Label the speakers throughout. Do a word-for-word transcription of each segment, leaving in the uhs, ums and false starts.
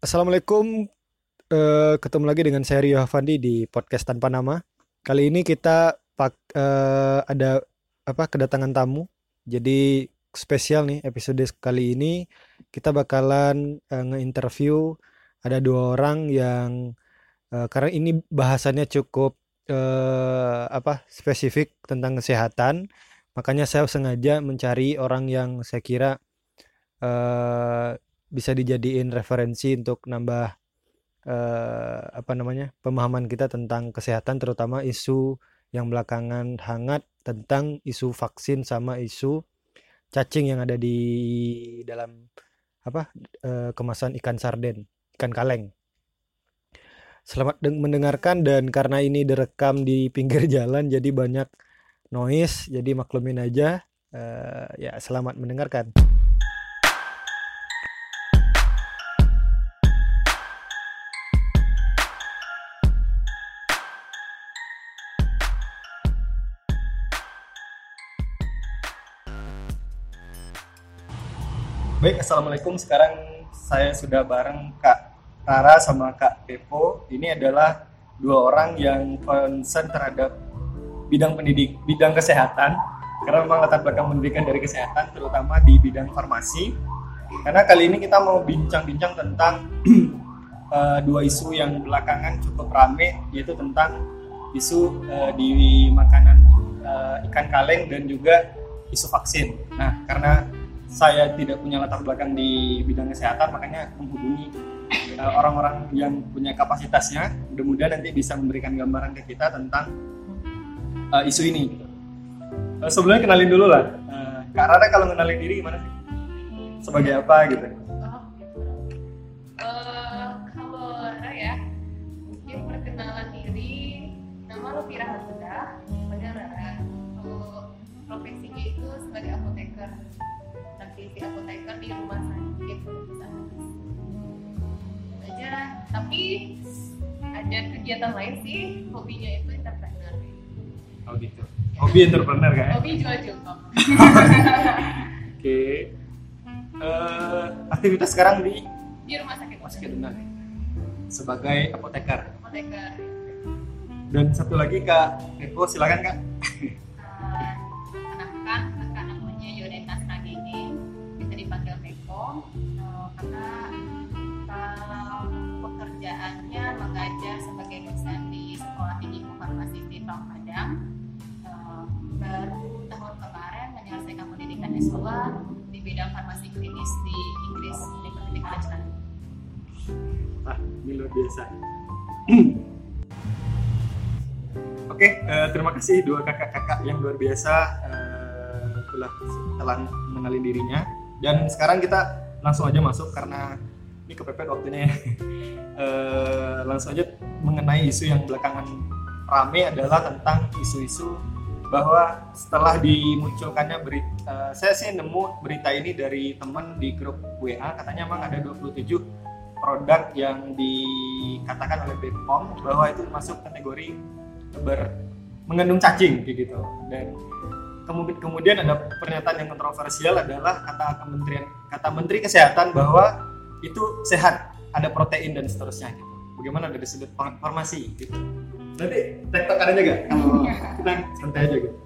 Speaker 1: Assalamualaikum, eh, ketemu lagi dengan saya Rio Hafandi di podcast tanpa nama. Kali ini kita pak, eh, ada apa kedatangan tamu. Jadi spesial nih episode kali ini kita bakalan eh, nge-interview ada dua orang yang eh, karena ini bahasannya cukup eh, apa spesifik tentang kesehatan, makanya saya sengaja mencari orang yang saya kira eh, bisa dijadiin referensi untuk nambah eh, apa namanya pemahaman kita tentang kesehatan, terutama isu yang belakangan hangat tentang isu vaksin sama isu cacing yang ada di dalam apa eh, kemasan ikan sarden, ikan kaleng. Selamat deng- mendengarkan, dan karena ini direkam di pinggir jalan jadi banyak noise, jadi maklumin aja. Eh, ya, selamat mendengarkan. Baik, Assalamualaikum. Sekarang saya sudah bareng Kak Rara sama Kak Pepo. Ini adalah dua orang yang concern terhadap bidang pendidik, bidang kesehatan. Karena memang latar belakang pendidikan dari kesehatan, terutama di bidang farmasi. Karena kali ini kita mau bincang-bincang tentang eh, dua isu yang belakangan cukup rame, yaitu tentang isu eh, di makanan eh, ikan kaleng dan juga isu vaksin. Nah, karena saya tidak punya latar belakang di bidang kesehatan, makanya menghubungi uh, orang-orang yang punya kapasitasnya. Mudah-mudahan nanti bisa memberikan gambaran ke kita tentang uh, isu ini. Uh, sebelumnya kenalin dulu lah, uh, Kak Rara kalau kenalin diri gimana sih? Sebagai apa gitu?
Speaker 2: Oh, gitu. Eh, kalau Rara ya, mungkin perkenalan diri, nama Lupira Hamida, pada Rara. Kalau profesinya itu sebagai apoteker, praktisi apoteker di rumah sakit Universitas. Itu aja. Tapi ada kegiatan lain sih, hobinya itu entrepreneur.
Speaker 1: Oh gitu. Hobi entrepreneur kan?
Speaker 2: Hobi jual jilbab.
Speaker 1: Oke. Uh, aktivitas sekarang di
Speaker 2: Di rumah sakit.
Speaker 1: Rumah Sakit Unan sebagai apoteker.
Speaker 2: Apoteker.
Speaker 1: Dan satu lagi Kak Pepo, silakan Kak.
Speaker 2: Uh, Kenalkan, kakak namanya Yoneta Nagini, bisa dipanggil Peko. Uh, kakak kalau pekerjaannya mengajar sebagai dosen di Sekolah Tinggi Farmasi di Tong Padang. Uh, baru tahun kemarin menyelesaikan pendidikan S dua di bidang farmasi klinis di Inggris, University College London.
Speaker 1: Ah, ini luar biasa. Oke, eh, terima kasih dua kakak-kakak yang luar biasa eh, telah telah mengenali dirinya. Dan sekarang kita langsung aja masuk karena ini kepepet waktunya ya. Eh, langsung aja mengenai isu yang belakangan rame adalah tentang isu-isu bahwa setelah dimunculkannya berita, saya sih nemu berita ini dari teman di grup W A, katanya memang ada dua puluh tujuh produk yang dikatakan oleh B P O M bahwa itu masuk kategori ber mengandung cacing kayak gitu. Dan kemudian kemudian ada pernyataan yang kontroversial adalah kata kementerian kata Menteri Kesehatan bahwa itu sehat, ada protein dan seterusnya gitu. Bagaimana dari sudut farmasi gitu. Nanti tektokan aja gak? Kalau kita santai aja gitu.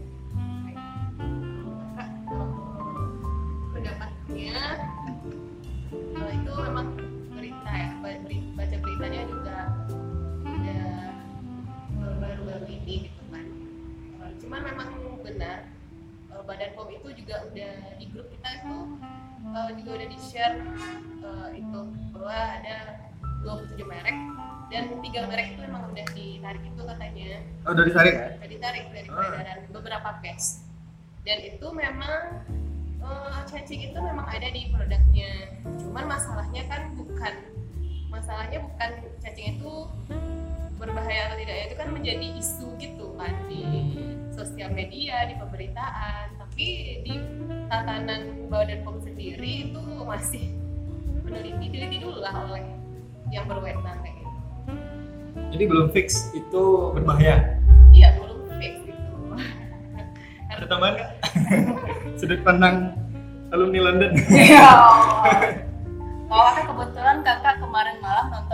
Speaker 2: Pendapatnya kalau itu memang berita ya, baca beritanya juga udah baru-baru ini gitu kan. Cuman memang benar, Badan P O M itu juga udah di grup kita itu juga udah di share itu bahwa ada dua puluh tujuh merek dan tiga merek itu memang udah ditarik itu katanya.
Speaker 1: Oh, udah ditarik ya?
Speaker 2: Udah ditarik dari peredaran ah. beberapa batch. Dan itu memang uh, cacing itu memang ada di produknya. Cuman masalahnya kan bukan masalahnya bukan cacing itu berbahaya atau tidak, itu kan menjadi isu gitu kan di sosial media, di pemberitaan. Tapi di tatanan Badan P O M sendiri itu masih meneliti diliti dulu lah oleh yang berwenang kayak gitu.
Speaker 1: Jadi belum fix itu berbahaya?
Speaker 2: Iya, belum fix gitu.
Speaker 1: Ada tambahan nggak? Sudut pandang alumni London.
Speaker 2: Iya. Oh, kan kebetulan kakak kemarin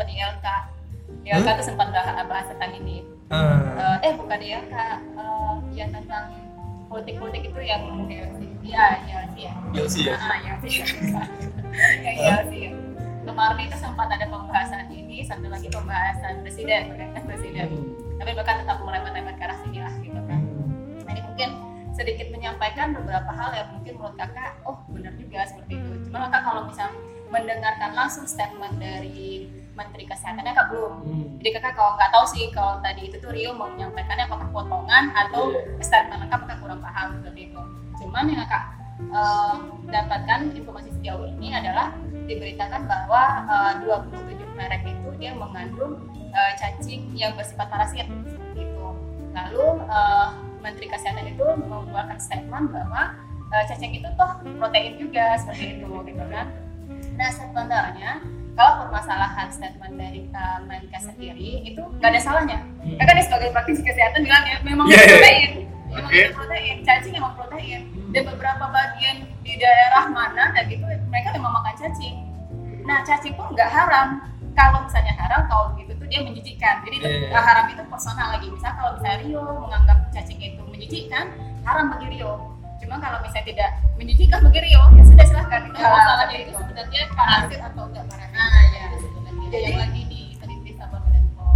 Speaker 3: di L K. Di L K tuh sempat bahas, bahas tentang ini.
Speaker 4: Uh.
Speaker 3: Uh, eh bukan di L K, uh, yang tentang politik-politik itu yang ya ya sih ya.
Speaker 4: Ya sih ya.
Speaker 3: Ah ya sih. Ya ya sih. Kemarin itu sempat ada pembahasan ini, satu lagi pembahasan presiden, kan presiden. Tapi bahkan tetap merembet-rembet ke arah sini lah gitu kan. Nah, ini mungkin sedikit menyampaikan beberapa hal yang mungkin menurut kakak, oh benar juga seperti itu. Cuma kakak kalau misal mendengarkan langsung statement dari Menteri Kesehatannya kak belum. Hmm. Jadi kakak kalau nggak tahu sih kalau tadi itu tuh Rio mau menyampaikannya apakah potongan atau yeah. statement lengkap, kakak kurang paham seperti itu. Cuman yang kakak uh, dapatkan informasi sejauh ini adalah diberitakan bahwa uh, dua puluh tujuh merek itu dia mengandung uh, cacing yang bersifat parasit seperti itu. Lalu uh, Menteri Kesehatan itu mengeluarkan statement bahwa uh, cacing itu toh protein juga seperti itu gitu kan. Nah sebenarnya kalau permasalahan statement dari uh, Menkes sendiri itu nggak ada salahnya. Hmm. Karena sebagai praktisi kesehatan bilang ya memang yeah, protein, yeah. memang okay. protein, cacing memang protein. Dan beberapa bagian di daerah mana dan gitu mereka memang makan cacing. Nah cacing pun nggak haram. Kalau misalnya haram, kalau begitu tuh dia menjijikkan. Jadi yeah, yeah. haram itu personal lagi. Misal kalau misalnya Rio menganggap cacing itu menjijikkan, haram bagi Rio. Cuma kalau misalnya tidak menjijikkan bagi Rio, ya sudah silahkan. Itu
Speaker 2: nah, masalahnya itu sebenarnya parasit atau enggak parasit.
Speaker 3: Nah, ya.
Speaker 2: Itu sebenarnya
Speaker 3: jadi,
Speaker 2: yang lagi diteliti sama Badan Pom.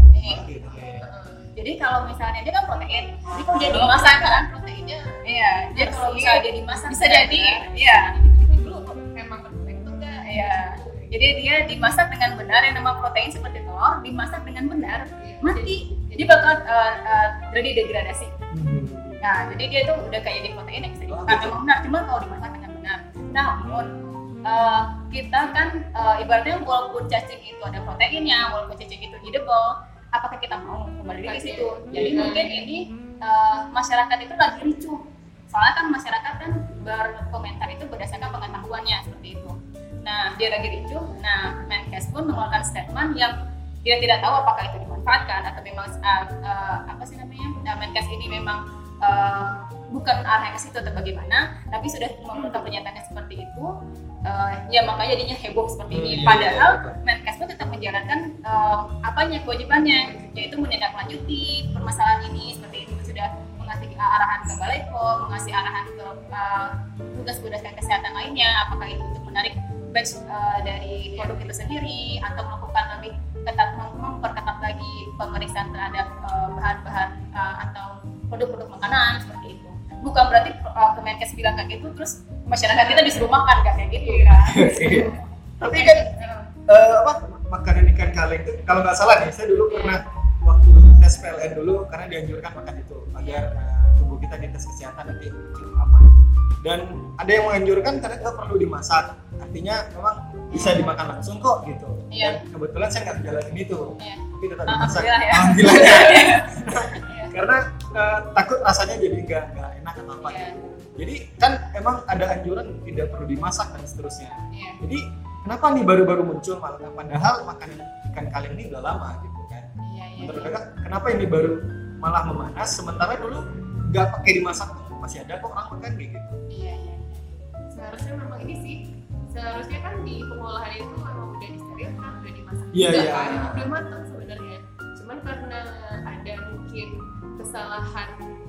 Speaker 3: Jadi kalau misalnya dia kan protein, jadi kalau dia dimasak kan
Speaker 2: proteinnya,
Speaker 3: iya. Jadi kalau misalnya dia dimasak,
Speaker 2: bisa jadi,
Speaker 3: iya.
Speaker 2: Dulu memang protein itu enggak,
Speaker 3: iya. Jadi dia dimasak dengan benar, yang nama protein seperti telur dimasak dengan benar, mati. Jadi bakal uh, uh, terjadi degradasi. Nah, jadi dia itu udah kayak di protein yang bisa dimakan memang benar, cuma kalau dimasak dengan benar. Namun uh, kita kan uh, ibaratnya walaupun cacing itu ada proteinnya, walaupun cacing itu edible, apakah kita mau kembali ke situ? Jadi mungkin ini uh, masyarakat itu lagi ricuh. Soalnya kan masyarakat kan berkomentar itu berdasarkan pengetahuannya seperti itu. Nah, dia lagi ricuh. Nah, Menkes pun mengeluarkan statement yang dia tidak tahu apakah itu dimanfaatkan atau memang uh, uh, apa sih namanya? Nah, Menkes ini memang Uh, bukan arahnya ke situ atau bagaimana, tapi sudah mengeluarkan pernyataannya seperti itu, uh, ya makanya jadinya heboh seperti ini. Padahal Menkes pun tetap menjalankan uh, apanya kewajibannya, yaitu menindaklanjuti permasalahan ini seperti itu, sudah mengasih arahan ke Balai P O M, mengasih arahan ke uh, tugas-tugas kesehatan lainnya, apakah itu untuk menarik batch uh, dari produk itu sendiri atau melakukan lebih ketat, memperketat lagi pemeriksaan terhadap uh, bahan-bahan uh, atau produk-produk makanan seperti itu. Bukan berarti uh, Kemenkes bilang kayak gitu terus masyarakat kita disuruh makan, gak kayak gitu ya.
Speaker 4: Tapi kan uh, apa makanan ikan kaleng itu kalau nggak salah nih, saya dulu pernah waktu tes P L N dulu karena dianjurkan makan itu agar uh, tubuh kita di tes kesehatan nanti cukup aman. Dan ada yang menganjurkan karena nggak perlu dimasak, artinya memang bisa dimakan langsung kok gitu.
Speaker 3: Iya.
Speaker 4: Dan kebetulan saya nggak menjalani itu,
Speaker 3: iya.
Speaker 4: tapi tetap dimasak.
Speaker 3: Alhamdulillah ya.
Speaker 4: Alhamdulillah ya. Karena uh, takut rasanya jadi nggak nggak enak atau apa.
Speaker 3: Iya.
Speaker 4: Jadi kan emang ada anjuran tidak perlu dimasak dan seterusnya.
Speaker 3: Iya.
Speaker 4: Jadi kenapa nih baru-baru muncul malah? Padahal makanan ikan kaleng ini udah lama gitu kan.
Speaker 3: Iya, iya,
Speaker 4: Menurut
Speaker 3: iya.
Speaker 4: kakak, kenapa ini baru malah memanas sementara dulu nggak pakai dimasak masih ada kok orang makan kayak gitu.
Speaker 2: Iya iya. Seharusnya memang ini sih, seharusnya kan di pengolahan itu memang udah disterilkan, udah dimasak.
Speaker 4: Iya
Speaker 2: juga,
Speaker 4: iya.
Speaker 2: kan? Udah matang sebenarnya. Cuman karena ada mungkin kesalahan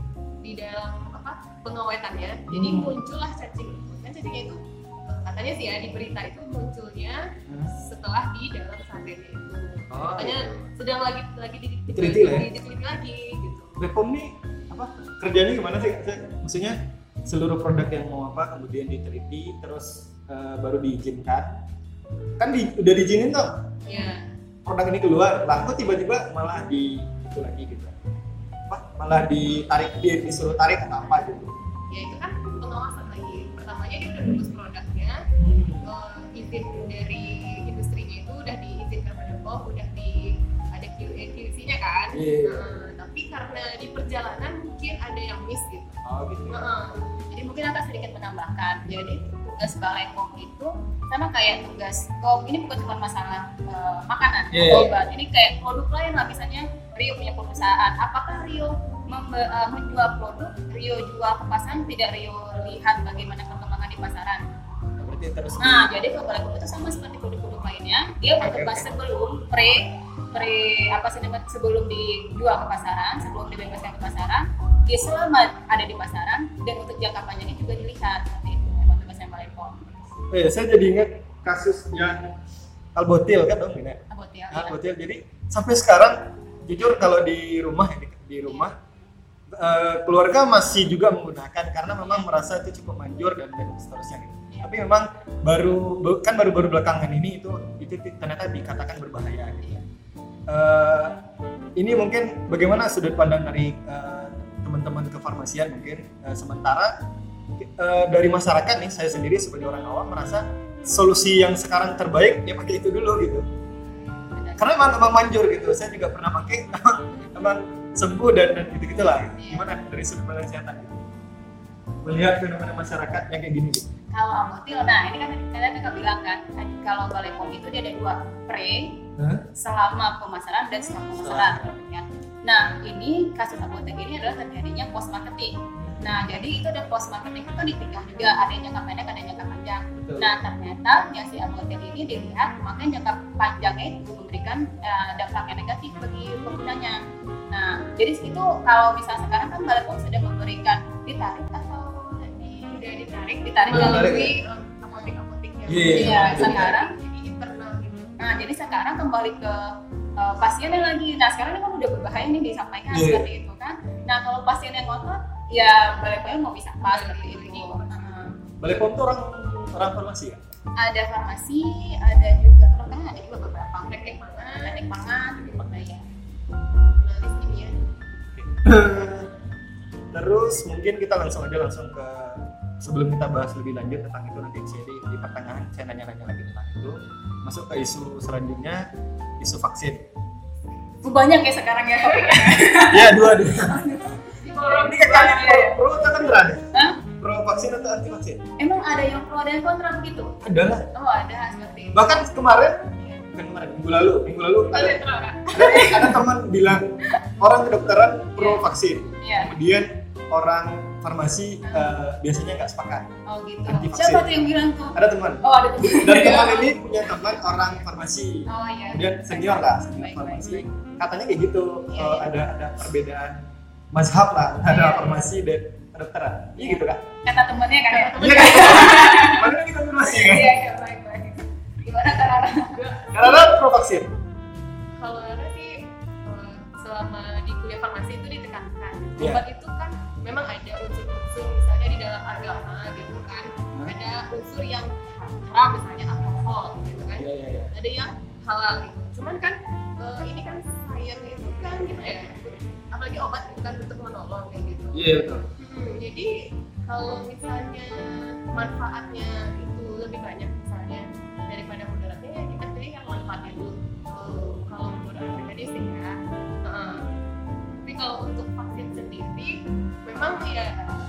Speaker 2: di dalam apa pengawetannya, hmm. jadi muncullah cacing. Kan cacingnya itu katanya sih ya di berita itu munculnya hmm. setelah di dalam sardennya itu.
Speaker 4: Oh,
Speaker 2: makanya
Speaker 4: iya.
Speaker 2: sedang lagi lagi
Speaker 4: diteliti
Speaker 3: diteliti
Speaker 2: lagi gitu.
Speaker 4: B P O M nih apa kerjanya gimana sih? Maksudnya seluruh produk yang mau apa kemudian diteliti terus uh, baru diizinkan. Kan di, udah diizinin tuh.
Speaker 2: Iya.
Speaker 4: Produk ini keluar, lah kok tiba-tiba malah di itu lagi gitu. Apa? Malah ditarik dia disuruh tarik atau apa gitu.
Speaker 2: Ya itu kan pengawasan lagi. Pertamanya dia udah lulus produknya,
Speaker 4: hmm.
Speaker 2: uh, izin dari industrinya itu udah diizinkan pada P O M, udah di ada Q A Q C-nya kan.
Speaker 4: Yeah.
Speaker 2: Uh, tapi karena di perjalanan mungkin ada yang miss gitu.
Speaker 4: Oh gitu.
Speaker 2: Uh,
Speaker 3: Jadi mungkin akan sedikit menambahkan. Jadi tugas Balai P O M itu sama kayak tugas P O M ini bukan cuma masalah uh, makanan,
Speaker 4: yeah.
Speaker 3: obat. Ini kayak produk lain lah, misalnya Rio punya perusahaan. Apakah Rio membe- uh, menjual produk, Rio jual ke pasaran, tidak Rio lihat bagaimana perkembangan di pasaran.
Speaker 4: Berarti terus.
Speaker 3: Nah, jadi kalau Balai P O M itu sama seperti produk-produk lainnya, dia berkembang sebelum pre pre apa sih namanya sebelum dijual ke pasaran, sebelum dibebaskan ke pasaran, dia selama ada di pasaran dan untuk jangka panjangnya juga dilihat seperti itu memang tugasnya Balai P O M.
Speaker 4: Oh ya, saya jadi ingat kasus yang Albotil kan dong ini.
Speaker 3: Albotil.
Speaker 4: Albotil. Jadi sampai sekarang jujur kalau di rumah di, di rumah uh, keluarga masih juga menggunakan karena memang merasa itu cukup manjur dan, dan seterusnya gitu.
Speaker 3: Ya.
Speaker 4: Tapi memang baru kan baru-baru belakangan ini itu itu ternyata dikatakan berbahaya gitu. Uh, ini mungkin bagaimana sudut pandang dari uh, teman-teman kefarmasian mungkin uh, sementara uh, dari masyarakat nih saya sendiri sebagai orang awam merasa solusi yang sekarang terbaik ya pakai itu dulu gitu karena emang emang manjur gitu saya juga pernah pakai emang, emang sembuh dan dan gitu gitulah gimana dari sudut pandang kesehatan gitu melihat fenomena masyarakat yang kayak gini gitu.
Speaker 3: Kalau Albotil, nah ini kan kalian kakak bilang kan kalau Balai P O M itu dia ada dua pre
Speaker 4: huh?
Speaker 3: selama pemasaran dan setelah pemasaran ya. Nah ini kasus Albotil ini adalah terjadinya post marketing. Nah jadi itu ada post marketing itu ditinggal juga ada yang jangka pendek ada yang jangka panjang.
Speaker 4: Betul.
Speaker 3: Nah ternyata yang si Albotil ini dilihat makanya jangka panjangnya itu memberikan uh, dampak yang negatif bagi penggunanya. Nah jadi itu kalau misalnya sekarang kan Balai P O M sudah memberikan ditarik atau di,
Speaker 2: udah ditarik
Speaker 3: ditarik
Speaker 4: Udah
Speaker 3: melalui
Speaker 2: um, apotek-apoteknya.
Speaker 4: Iya, iya,
Speaker 3: iya
Speaker 4: betul.
Speaker 3: sekarang.
Speaker 2: Jadi internal gitu.
Speaker 3: Nah jadi sekarang kembali ke uh, pasiennya lagi. Nah sekarang ini kan udah berbahaya nih disampaikan
Speaker 4: Yeah.
Speaker 3: seperti itu kan. Nah kalau pasien yang ngotot ya Balai P O M mau bisa pas seperti itu. Uh,
Speaker 4: Balai P O M itu orang orang farmasi ya?
Speaker 3: ada farmasi, ada juga ternyata ada juga beberapa teknik pangan, teknik pangan, teknik pemberdayaan.
Speaker 2: Analis kimia.
Speaker 4: Terus mungkin kita langsung aja langsung ke sebelum kita bahas lebih lanjut tentang itu nanti saya di, di pertengahan saya nanya-nanya lagi tentang itu masuk ke isu selanjutnya isu vaksin.
Speaker 3: Uh, banyak ya sekarang ya topiknya.
Speaker 4: Ya dua dua.
Speaker 3: Orang
Speaker 4: Ini kan pro, pro atau kontra deh?
Speaker 3: Hah?
Speaker 4: Pro vaksin atau anti vaksin?
Speaker 3: Emang ada yang pro ada yang kontra begitu?
Speaker 4: Ada lah.
Speaker 3: Oh ada seperti itu.
Speaker 4: Bahkan kemarin bukan kemarin minggu lalu minggu lalu ada, ada, ada teman bilang orang kedokteran pro vaksin.
Speaker 3: Iya.
Speaker 4: Kemudian orang farmasi uh, biasanya nggak sepakat.
Speaker 3: Oh gitu.
Speaker 4: Anti vaksin.
Speaker 3: Siapa tuh yang bilang tuh?
Speaker 4: Ada teman.
Speaker 3: Oh ada tuh.
Speaker 4: Dan teman ini punya teman orang farmasi.
Speaker 3: Oh iya.
Speaker 4: Kemudian senior lah, senior
Speaker 3: Baik,
Speaker 4: farmasi.
Speaker 3: baik,
Speaker 4: Katanya kayak gitu,
Speaker 3: Iya,
Speaker 4: uh,
Speaker 3: iya.
Speaker 4: ada ada perbedaan mazhab lah, ada
Speaker 3: Iya.
Speaker 4: farmasi dan kedokteran. Iya gitu kak.
Speaker 3: Kata temennya kan ya.
Speaker 4: Iya kan? Mana ini konfirmasi kan?
Speaker 3: Iya iya baik baik. Gimana Karara?
Speaker 4: Karena pro vaksin.
Speaker 2: Kalau Rara sih eh, selama di kuliah farmasi itu ditekankan
Speaker 4: Iya.
Speaker 2: obat itu kan memang ada unsur-unsur misalnya di dalam agama gitu kan
Speaker 4: Hah?
Speaker 2: ada unsur yang haram misalnya alkohol gitu kan
Speaker 4: Iya iya iya.
Speaker 2: ada yang halal gitu cuman kan eh, ini kan sayang itu kan gimana ya apalagi obat itu kan untuk menolong kayak gitu
Speaker 4: Iya betul.
Speaker 2: Hmm, jadi kalau misalnya manfaatnya itu lebih banyak misalnya daripada mudaratnya ya kita pilih yang manfaatnya dulu. Oh, kalau mudarat pribadi sih ya. Heeh. Tapi kalau untuk vaksin sendiri memang ya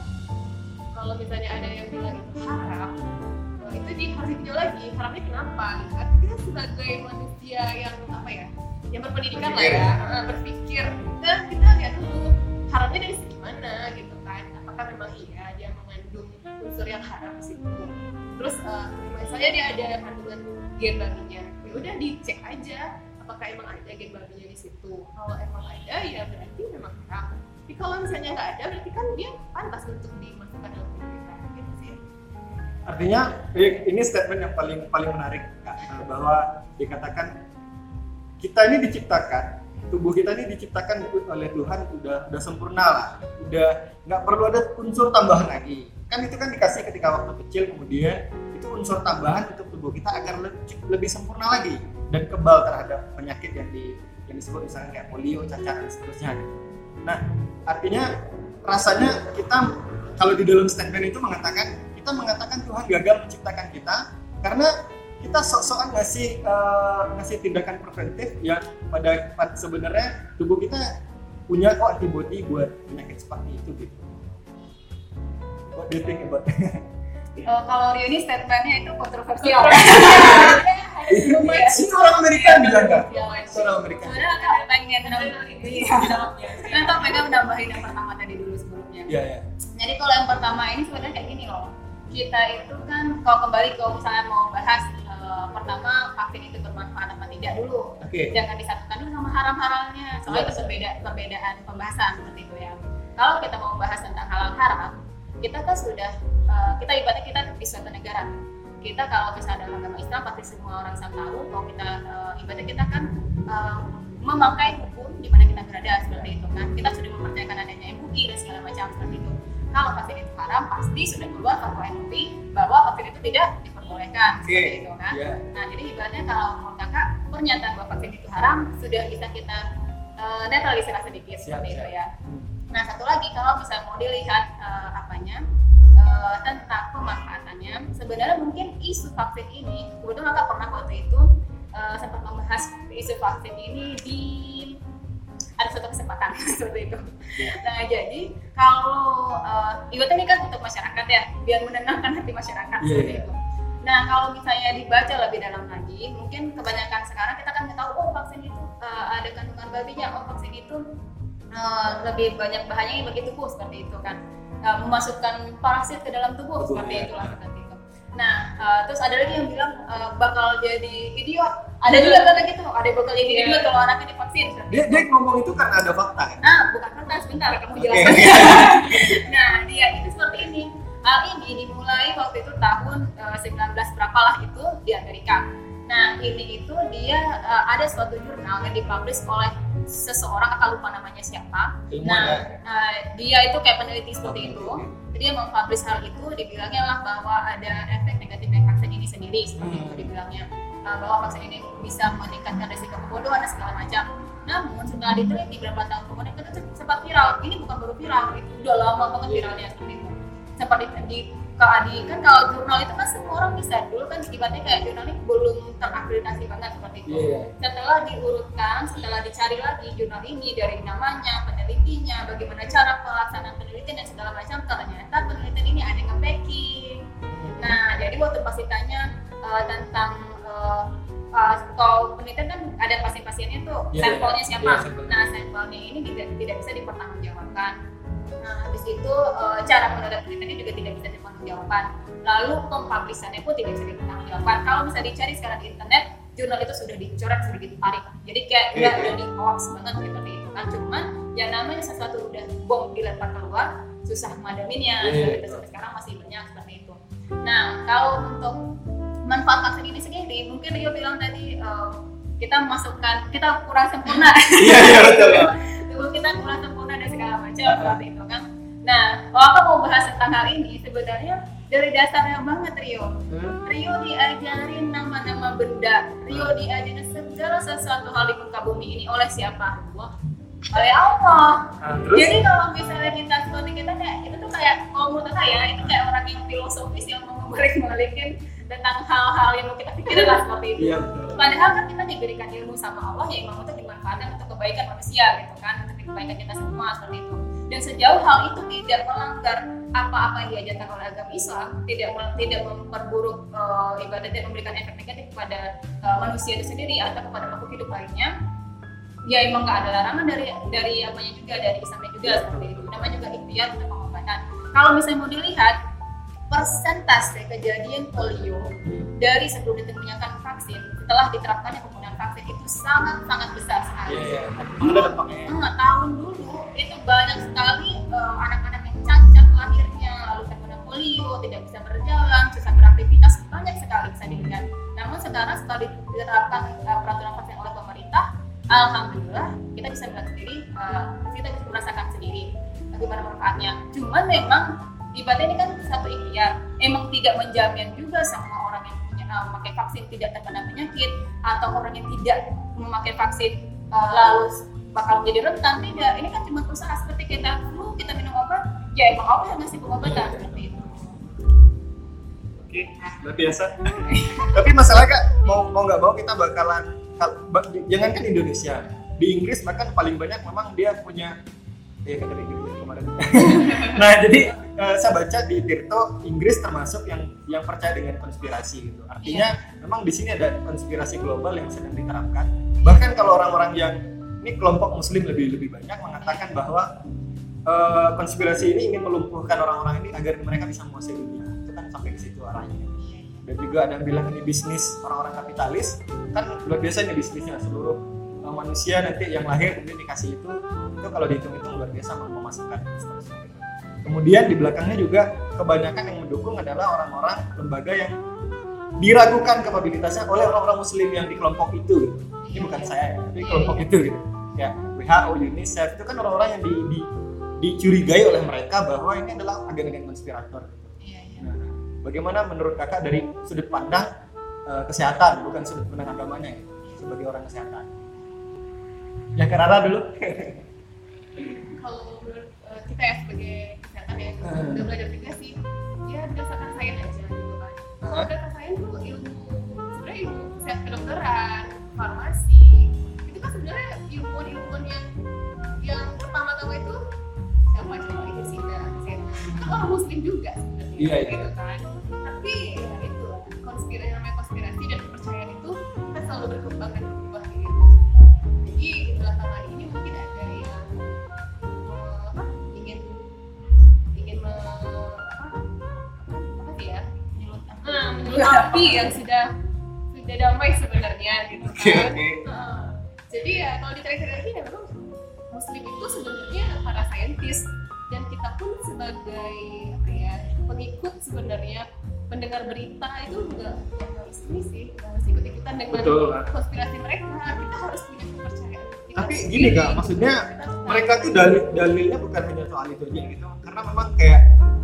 Speaker 2: kalau misalnya ada yang bilang itu haram eh, itu di, harus ditinjau lagi haramnya kenapa gitu kan kita sebagai manusia yang apa ya yang berpendidikan lah
Speaker 4: Berpikir.
Speaker 2: ya eh, berpikir kita kita lihat dulu haramnya dari segi mana gitu kan apakah memang iya dia mengandung unsur yang haram di situ terus uh, misalnya dia ada kandungan gen babinya ya udah dicek aja apakah emang ada gen babinya di situ kalau emang ada ya berarti memang haram tapi kalau misalnya nggak ada berarti kan dia pantas untuk dimasukkan dalam tubuh kita gitu sih.
Speaker 4: Artinya eh, ini statement yang paling paling menarik kak, eh, bahwa dikatakan kita ini diciptakan tubuh kita ini diciptakan oleh Tuhan udah udah sempurna lah, udah nggak perlu ada unsur tambahan lagi. Kan itu kan dikasih ketika waktu kecil kemudian itu unsur tambahan untuk tubuh kita agar lebih, lebih sempurna lagi dan kebal terhadap penyakit yang di yang disebut misalnya kayak polio, cacar dan seterusnya. Gitu. Nah artinya rasanya kita kalau di dalam statement itu mengatakan kita mengatakan Tuhan gagal menciptakan kita karena kita sok-sokan ngasih uh, ngasih tindakan preventif yang pada, pada sebenarnya tubuh kita punya kok antibody buat penyakit seperti itu gitu. What do you think about that?
Speaker 3: Oh, kalau Rio ini statementnya itu kontroversial.
Speaker 4: Ini orang Amerika bilang kan? Orang Amerika.
Speaker 3: Sebenarnya akan pengen Kan tau pengen menambahin yang pertama tadi dulu sebelumnya.
Speaker 4: Iya ya.
Speaker 3: Jadi kalau yang pertama ini sebenarnya kayak gini loh. Kita itu kan kalau kembali kalau misalnya mau bahas uh, pertama vaksin itu bermanfaat apa tidak dulu.
Speaker 4: Oke.
Speaker 3: Jangan disatukan dulu sama haram-haramnya. Soalnya itu berbeda perbedaan pembahasan seperti itu ya. Kalau kita mau bahas tentang halal haram, kita kan sudah uh, kita ibaratnya kita di suatu negara. Kita kalau misalnya dalam agama Islam pasti semua orang Islam tahu kalau kita uh, ibaratnya kita kan uh, memakai hukum di mana kita berada seperti itu kan. Kita sudah mempercayakan adanya M U I dan segala macam seperti itu. Kalau vaksin itu haram, pasti sudah keluar fatwa M U I bahwa vaksin itu tidak diperbolehkan
Speaker 4: okay.
Speaker 3: seperti itu kan.
Speaker 4: Yeah.
Speaker 3: Nah, jadi ibaratnya kalau menurut kakak pernyataan bahwa vaksin itu haram sudah bisa kita uh, netralisir sedikit seperti
Speaker 4: siap,
Speaker 3: itu
Speaker 4: siap.
Speaker 3: ya. Nah, satu lagi kalau misalnya mau dilihat uh, apanya uh, tentang pemanfaatannya, sebenarnya mungkin isu vaksin ini, kebetulan kakak pernah waktu itu uh, sempat membahas isu vaksin ini di ada suatu kesempatan seperti itu. Nah, jadi kalau uh, ibaratnya ini kan untuk masyarakat ya, biar menenangkan hati masyarakat
Speaker 4: yeah,
Speaker 3: seperti
Speaker 4: yeah.
Speaker 3: itu. Nah, kalau misalnya dibaca lebih dalam lagi, mungkin kebanyakan sekarang kita kan tahu oh vaksin itu uh, ada kandungan babinya, oh vaksin itu uh, lebih banyak bahayanya bagi tubuh seperti itu kan, uh, memasukkan parasit ke dalam tubuh
Speaker 4: Betul,
Speaker 3: seperti
Speaker 4: ya.
Speaker 3: itulah seperti itu. Nah, uh, terus ada lagi yang bilang uh, bakal jadi idiot. Ada juga yang bilang gitu, ada yang bakal jadi idiot kalau anaknya divaksin.
Speaker 4: Dia, dia ngomong itu karena ada fakta kan?
Speaker 3: Nah, bukan fakta, sebentar kamu jelaskan.
Speaker 4: Okay.
Speaker 3: Nah, dia itu seperti ini. Hal ini dimulai waktu itu tahun uh, sembilan belas berapalah itu di Amerika. Nah, ini itu dia uh, ada suatu jurnal yang dipublish oleh seseorang, aku lupa namanya siapa.
Speaker 4: Ilmuwan,
Speaker 3: Nah,
Speaker 4: ya?
Speaker 3: uh, dia itu kayak peneliti seperti itu.
Speaker 4: Oke.
Speaker 3: Dia mempublish hal itu, dibilangnya lah bahwa ada efek negatif dari vaksin ini sendiri seperti
Speaker 4: Hmm.
Speaker 3: itu dibilangnya. Uh, bahwa vaksin ini bisa meningkatkan risiko kebodohan dan segala macam. Namun setelah diteliti beberapa tahun kemudian itu sempat viral. Ini bukan baru viral, itu udah lama banget viralnya seperti itu. Sempat di, di di kan kalau jurnal itu kan semua orang bisa. Dulu kan ibaratnya kayak jurnal ini belum terakreditasi banget seperti itu.
Speaker 4: Yeah.
Speaker 3: Setelah diurutkan, setelah dicari lagi jurnal ini dari namanya, penelitinya, bagaimana cara pelaksanaan penelitian dan segala macam, ternyata penelitian ini ada yang nge-packing. Nah, jadi waktu pas ditanya uh, tentang uh, uh, kalau penelitian kan ada pasien-pasiennya tuh,
Speaker 4: Yeah,
Speaker 3: sampelnya
Speaker 4: yeah.
Speaker 3: siapa?
Speaker 4: Yeah, sampelnya.
Speaker 3: Nah, sampelnya ini tidak tidak bisa dipertanggungjawabkan. Nah, habis itu uh, cara mendapat penelitiannya juga tidak bisa dipertanggungjawabkan. Lalu pempublishannya pun tidak bisa dipertanggungjawabkan. Kalau bisa dicari sekarang di internet, jurnal itu sudah dicoret, sudah ditarik. Jadi kayak
Speaker 4: Yeah,
Speaker 3: udah
Speaker 4: yeah.
Speaker 3: udah di-hoax banget seperti itu kan. Cuman yang namanya sesuatu udah bom dilempar keluar, susah madaminnya.
Speaker 4: Yeah, yeah.
Speaker 3: Gitu. Sampai sekarang masih banyak seperti itu. Nah, kalau untuk manfaat vaksin ini sendiri, mungkin Rio bilang tadi uh, kita masukkan, kita kurang sempurna.
Speaker 4: Iya, iya betul.
Speaker 3: Tubuh kita kurang sempurna dan segala macam seperti itu kan. Nah, kalau aku mau bahas tentang hal ini, sebenarnya dari dasarnya banget Rio.
Speaker 4: Hmm?
Speaker 3: Rio diajarin nama-nama benda. Rio diajarin segala sesuatu hal di muka bumi ini oleh siapa? Wah, oleh Allah.
Speaker 4: Nah, terus?
Speaker 3: Jadi kalau misalnya kita seperti kita kayak itu tuh kayak kalau menurut saya itu kayak orang yang filosofis yang mau membalik-balikin tentang hal-hal yang mau kita pikirin lah seperti itu.
Speaker 4: Iya betul.
Speaker 3: Padahal kan kita diberikan ilmu sama Allah yang memang untuk dimanfaatkan untuk kebaikan manusia gitu kan, untuk kebaikan kita semua seperti itu. Dan sejauh hal itu tidak melanggar apa-apa yang diajarkan oleh agama Islam, tidak tidak memperburuk uh, ibadah dan memberikan efek negatif kepada uh, manusia itu sendiri atau kepada makhluk hidup lainnya, ya emang nggak ada larangan dari dari apanya juga, dari Islamnya juga seperti itu. Namanya juga ikhtiar untuk pengobatan. Kalau misalnya mau dilihat persentase kejadian polio dari sebelum ditemukan vaksin setelah diterapkannya penggunaan vaksin itu sangat-sangat besar sekali.
Speaker 4: Iya, iya. Ada dampaknya.
Speaker 3: Nah, tahun dulu itu banyak sekali uh, anak-anak yang cacat lahirnya, lalu terkena polio, tidak bisa berjalan, susah beraktivitas, banyak sekali bisa dilihat. Namun sekarang setelah diterapkan uh, peraturan vaksin oleh pemerintah, alhamdulillah kita bisa melihat sendiri, uh, kita bisa merasakan sendiri bagaimana manfaatnya. Cuman memang ibadah ini kan satu ikhtiar, emang tidak menjamin juga semua orang yang punya uh, memakai vaksin tidak terkena penyakit atau orang yang tidak memakai vaksin uh, lalu bakal menjadi rentan. Tidak, ini kan cuma usaha seperti kita flu, kita minum obat, ya emang Allah yang ngasih pengobatan seperti itu.
Speaker 4: Oke, luar biasa. Tapi masalahnya Kak, mau mau nggak mau kita bakalan, jangankan Indonesia, di Inggris bahkan paling banyak memang dia punya, ya kan dari Inggris kemarin. Nah jadi uh, saya baca di Tirto, Inggris termasuk yang yang percaya dengan konspirasi gitu. Artinya yeah. memang di sini ada konspirasi global yang sedang diterapkan. Bahkan kalau orang-orang yang ini kelompok Muslim lebih lebih banyak mengatakan bahwa uh, konspirasi ini ingin melumpuhkan orang-orang ini agar mereka bisa menguasai dunia. Itu kan sampai ke situ arahnya. Dan juga ada yang bilang ini bisnis orang-orang kapitalis, kan luar biasa ini bisnisnya, seluruh uh, manusia nanti yang lahir kemudian dikasih itu, itu kalau dihitung itu luar biasa memasukkan seterusnya. Kemudian di belakangnya juga kebanyakan yang mendukung adalah orang-orang lembaga yang diragukan kapabilitasnya oleh orang-orang muslim yang di kelompok itu gitu. Ini bukan saya ya, tapi kelompok itu gitu. Ya, W H O, UNICEF itu kan orang-orang yang di, di, dicurigai oleh mereka bahwa ini adalah agen-agen konspirator gitu. Nah, bagaimana menurut kakak dari sudut pandang uh, kesehatan, bukan sudut pandang agamanya gitu, sebagai orang kesehatan? Ya ke Rara dulu.
Speaker 2: Kalau menurut uh, kita ya sebagai kesehatan ya, uh. udah belajar juga sih, ya berdasarkan sains aja gitu kan. Kalau berdasarkan sains tuh ilmu, sebenarnya ilmu kesehatan kedokteran, farmasi, itu kan sebenarnya ilmuwan-ilmuwan yang yang pertama-tama itu siapa coba itu sih nggak itu orang muslim juga sebenarnya,
Speaker 4: iya, iya.
Speaker 2: gitu kan. Tapi ya itu konspirasi, namanya konspirasi dan kepercayaan itu kan selalu berkembang dan berubah gitu. Jadi belakangan ini mungkin ada yang uh, apa, ingin ingin me, apa apa sih ya menyelutapi yang sudah sudah damai sebenarnya gitu kan.
Speaker 4: Okay, okay.
Speaker 2: Uh, jadi ya kalau ditarik-tarik lagi ya memang muslim itu sebenarnya para saintis dan kita pun sebagai apa ya pengikut sebenarnya pendengar berita itu enggak harus ini sih harus ikut-ikutan dengan
Speaker 4: Betul.
Speaker 2: konspirasi mereka. Kita harus punya kepercayaan kita
Speaker 4: Tapi
Speaker 2: sendiri.
Speaker 4: gini kak, maksudnya
Speaker 2: Kita tetap-
Speaker 4: mereka tuh dalil dalilnya bukan hanya soal itu aja gitu, karena memang kayak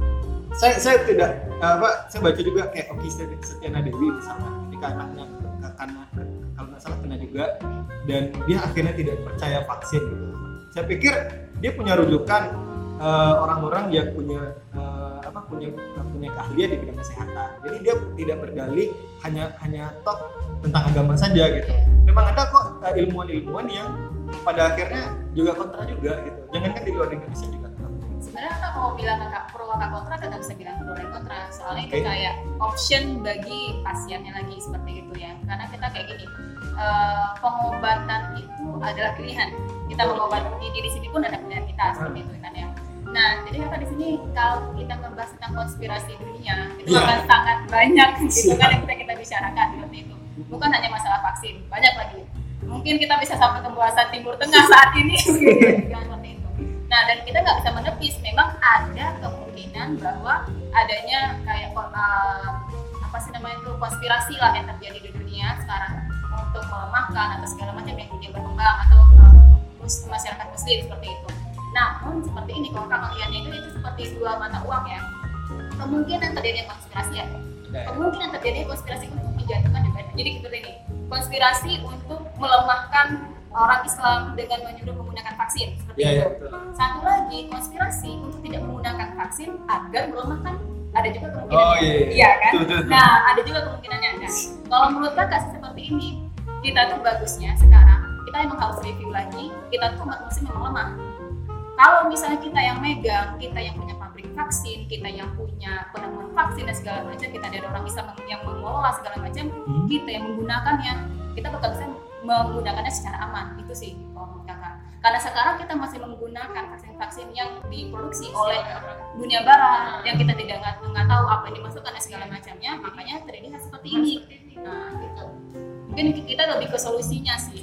Speaker 4: saya saya tidak apa saya baca juga kayak Oki Setiana Dewi misalnya ketika anaknya karena kalau nggak salah kena juga dan dia akhirnya tidak percaya vaksin gitu. Saya pikir dia punya rujukan uh, orang-orang yang punya uh, apa punya punya keahlian di bidang kesehatan. Jadi dia tidak berdalih hanya hanya top tentang agama saja gitu. Memang ada kok uh, ilmuwan-ilmuwan yang pada akhirnya juga kontra juga gitu. Jangankan di luar Indonesia juga.
Speaker 3: Sebenarnya kita mau bilang kakak pro kakak kontra kita bisa bilang pro dan kontra, soalnya
Speaker 4: Okay.
Speaker 3: itu kayak option bagi pasiennya lagi seperti itu ya. Karena kita kayak gini, uh, pengobatan itu adalah pilihan. Kita mengobati diri sini pun ada pilihan kita seperti itu kan ya. Nah, jadi kakak di sini kalau kita membahas tentang konspirasi dunia itu
Speaker 4: Yeah.
Speaker 3: akan sangat banyak gitu
Speaker 4: Yeah.
Speaker 3: kan yang kita kita bicarakan seperti itu. Bukan hanya masalah vaksin, banyak lagi. Mungkin kita bisa sampai pembahasan Timur Tengah saat ini gitu, kan, seperti itu. Nah, dan kita nggak bisa menepis, memang ada kemungkinan bahwa adanya kayak uh, apa sih namanya itu konspirasi lah yang terjadi di dunia sekarang untuk melemahkan atau segala macam yang dunia berkembang atau uh, masyarakat muslim seperti itu. Namun seperti ini kalau kakak melihatnya itu itu seperti dua mata uang ya. Kemungkinan terjadinya konspirasi ya. Kemungkinan terjadinya konspirasi untuk menjatuhkan juga. Jadi seperti ini, konspirasi untuk melemahkan orang Islam dengan menyuruh menggunakan vaksin seperti
Speaker 4: Iya,
Speaker 3: itu.
Speaker 4: iya, betul.
Speaker 3: Satu lagi konspirasi untuk tidak menggunakan vaksin agar melemahkan, ada juga kemungkinannya.
Speaker 4: Oh, iya, iya.
Speaker 3: Iya kan?
Speaker 4: Betul, betul.
Speaker 3: Nah, ada juga kemungkinannya. Nah, kalau menurut kakak seperti ini, kita tuh bagusnya sekarang kita emang harus review lagi. Kita tuh umat muslim memang lemah. Kalau misalnya kita yang megang, kita yang punya pabrik vaksin, kita yang punya penemuan vaksin dan segala macam, kita dari orang Islam yang mengelola segala macam,
Speaker 4: Hmm.
Speaker 3: kita yang menggunakannya, kita bakal bisa menggunakannya secara aman. Itu sih kalau menurut kakak. Karena sekarang kita masih menggunakan vaksin-vaksin yang diproduksi oleh dunia barat, yang kita tidak nggak nggak tahu apa yang dimasukkan dan segala macamnya, makanya terjadi hal seperti ini. Nah, gitu. Mungkin kita lebih ke solusinya sih.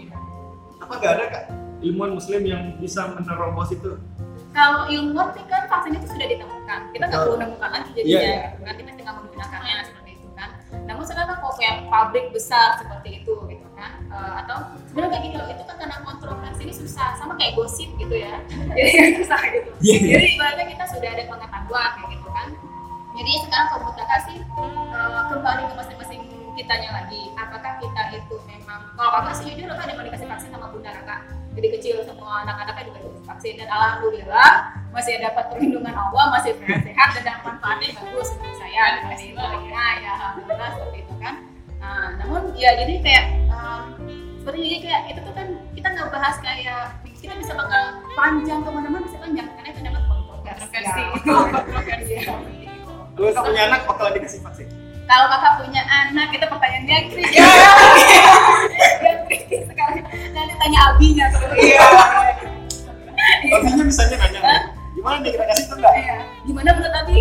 Speaker 4: Apa nggak ada kak ilmuwan muslim yang bisa menerobos itu?
Speaker 3: Kalau ilmuwan sih kan vaksin itu sudah ditemukan, kita nggak perlu menemukan lagi jadinya,
Speaker 4: Iya, iya.
Speaker 3: gitu kan, kita tinggal menggunakannya seperti itu kan. Namun sekarang kok kayak pabrik besar seperti itu gitu kan, uh, atau sebenarnya kayak gini loh, itu kan karena kontroversi ini susah, sama kayak gosip gitu ya, jadi susah gitu.
Speaker 4: Iya, iya.
Speaker 3: Jadi ibaratnya kita sudah ada pengetahuan kayak gitu kan. Jadi sekarang kalau menurut kakak sih uh, kembali ke masing-masing kitanya lagi, apakah kita itu memang, kalau kakak sih jujur kan emang dikasih vaksin sama bunda kakak. Jadi kecil semua anak-anaknya juga dikasih vaksin dan alhamdulillah masih dapat perlindungan Allah, masih sehat dan dapat manfaatnya bagus untuk saya seperti itu. Nah, ya alhamdulillah seperti itu kan. Nah, namun ya jadi kayak um, seperti ini kayak itu tuh kan kita nggak bahas kayak kita bisa bakal panjang kemana-mana bisa panjang karena itu dapat kontroversi. Kontroversi.
Speaker 4: Kalau kamu punya anak bakalan dikasih vaksin?
Speaker 3: Kalau kakak punya anak, itu pertanyaannya kritis. Yang kritis sekali. Nanti tanya abinya seperti itu.
Speaker 4: Abinya misalnya nanya,
Speaker 3: Hah?
Speaker 4: gimana nih kita kasih itu enggak?
Speaker 3: Iya. Gimana menurut abi?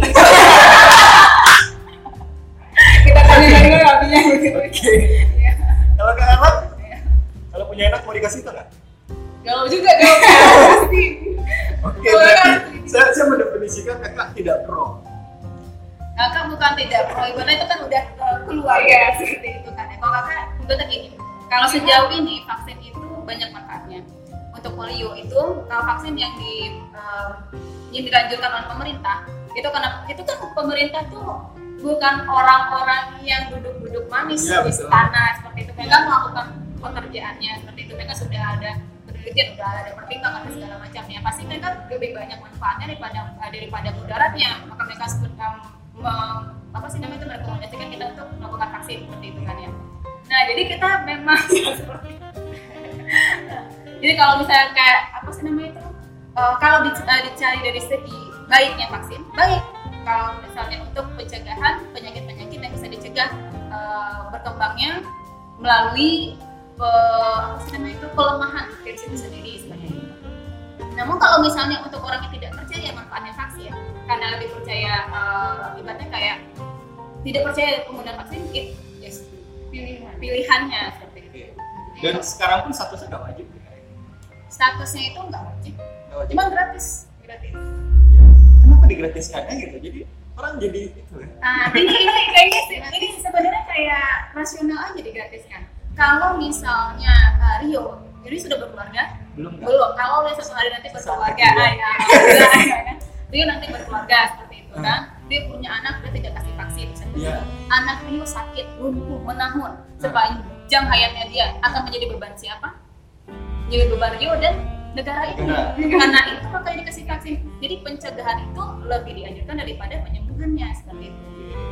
Speaker 3: Kita tanya dulu abinya begitu.
Speaker 4: Oke.
Speaker 3: Iya.
Speaker 4: Kalau Kak Ahmad, kalau punya anak mau dikasih itu nggak?
Speaker 3: Galau juga galau pasti.
Speaker 4: Oke, berarti saya, saya mendefinisikan kakak tidak pro.
Speaker 3: Kakak bukan tidak pro, karena itu kan udah uh, keluar ya seperti itu kan. Kalau kakak ibaratnya gini, kalau sejauh ini vaksin itu banyak manfaatnya. Untuk polio itu kalau vaksin yang di uh, yang dilanjutkan oleh pemerintah itu karena itu kan pemerintah tuh bukan orang-orang yang duduk-duduk manis
Speaker 4: ya,
Speaker 3: di istana seperti itu. Mereka melakukan pekerjaannya seperti itu. Mereka sudah ada penelitian, sudah ada pertimbangan dan segala macamnya. Pasti mereka lebih banyak manfaatnya daripada daripada mudaratnya. Maka mereka sudah um, apa sih namanya itu merekomendasikan kita untuk melakukan vaksin seperti itu kan ya. Nah jadi kita memang seperti itu. Jadi kalau misalnya kayak apa sih namanya itu uh, kalau dicari dari segi baiknya vaksin baik. Kalau misalnya untuk pencegahan penyakit-penyakit yang bisa dicegah uh, berkembangnya melalui uh, apa sih namanya itu pelemahan virus itu sendiri seperti itu. Namun kalau misalnya untuk orang yang tidak percaya manfaatnya vaksin karena lebih percaya uh, ibaratnya kayak tidak percaya penggunaan vaksin it yes, pilihan pilihannya seperti itu.
Speaker 4: Dan sekarang pun statusnya nggak wajib.
Speaker 3: Statusnya itu nggak wajib,
Speaker 4: Nggak wajib.
Speaker 3: cuma gratis, gratis.
Speaker 4: Kenapa digratiskannya gitu? Jadi orang jadi itu ya.
Speaker 3: Nah, ini ini kayaknya sih, ini sebenarnya kayak rasional aja digratiskan. Kalau misalnya uh, Rio, jadi sudah berkeluarga?
Speaker 4: Belum kan?
Speaker 3: Belum. Kalau dia suatu hari nanti berkeluarga,
Speaker 4: Saat
Speaker 3: ah, ya, alhamdulillah, ya kan? Rio nanti berkeluarga seperti itu kan? Dia punya anak, dia tidak kasih vaksin.
Speaker 4: Iya.
Speaker 3: Anak Rio sakit, lumpuh, menahun, sepanjang hayatnya dia akan menjadi beban siapa? Jadi beban Rio dan negara itu.
Speaker 4: Negara.
Speaker 3: Karena itu makanya dikasih vaksin. Jadi pencegahan itu lebih dianjurkan daripada penyembuhannya seperti itu.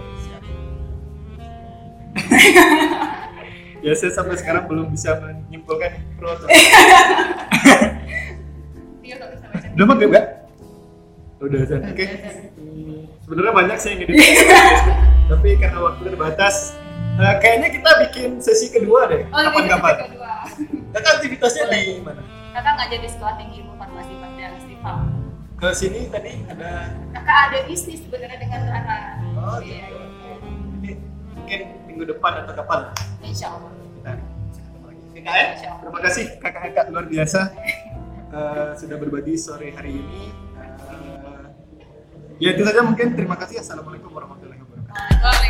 Speaker 4: Ya saya sampai sekarang belum bisa menyimpulkan pro atau
Speaker 3: Rio nggak bisa baca.
Speaker 4: udah pakai mbak? Udah Zan. Oke. Hmm, sebenarnya banyak sih yang ngedit. Tapi karena waktu terbatas, uh, kayaknya kita bikin sesi kedua deh.
Speaker 3: Oh, ini
Speaker 4: Kapan-kapan.
Speaker 3: sesi kedua.
Speaker 4: Kakak aktivitasnya di mana?
Speaker 3: Kakak ngajar di sekolah tinggi ilmu farmasi pada Stifal.
Speaker 4: Ke sini tadi ada.
Speaker 3: Kakak ada bisnis sebenarnya dengan Rara.
Speaker 4: Oh,
Speaker 3: Iya,
Speaker 4: gitu.
Speaker 3: iya.
Speaker 4: Jadi, mungkin minggu depan atau kapan?
Speaker 3: Insya Allah.
Speaker 4: Kita ketemu lagi. K K N, terima kasih kakak-kakak luar biasa uh, sudah berbagi sore hari ini. Uh, ya itu saja mungkin. Terima kasih. Assalamualaikum warahmatullahi wabarakatuh.
Speaker 3: Waalaikumsalam.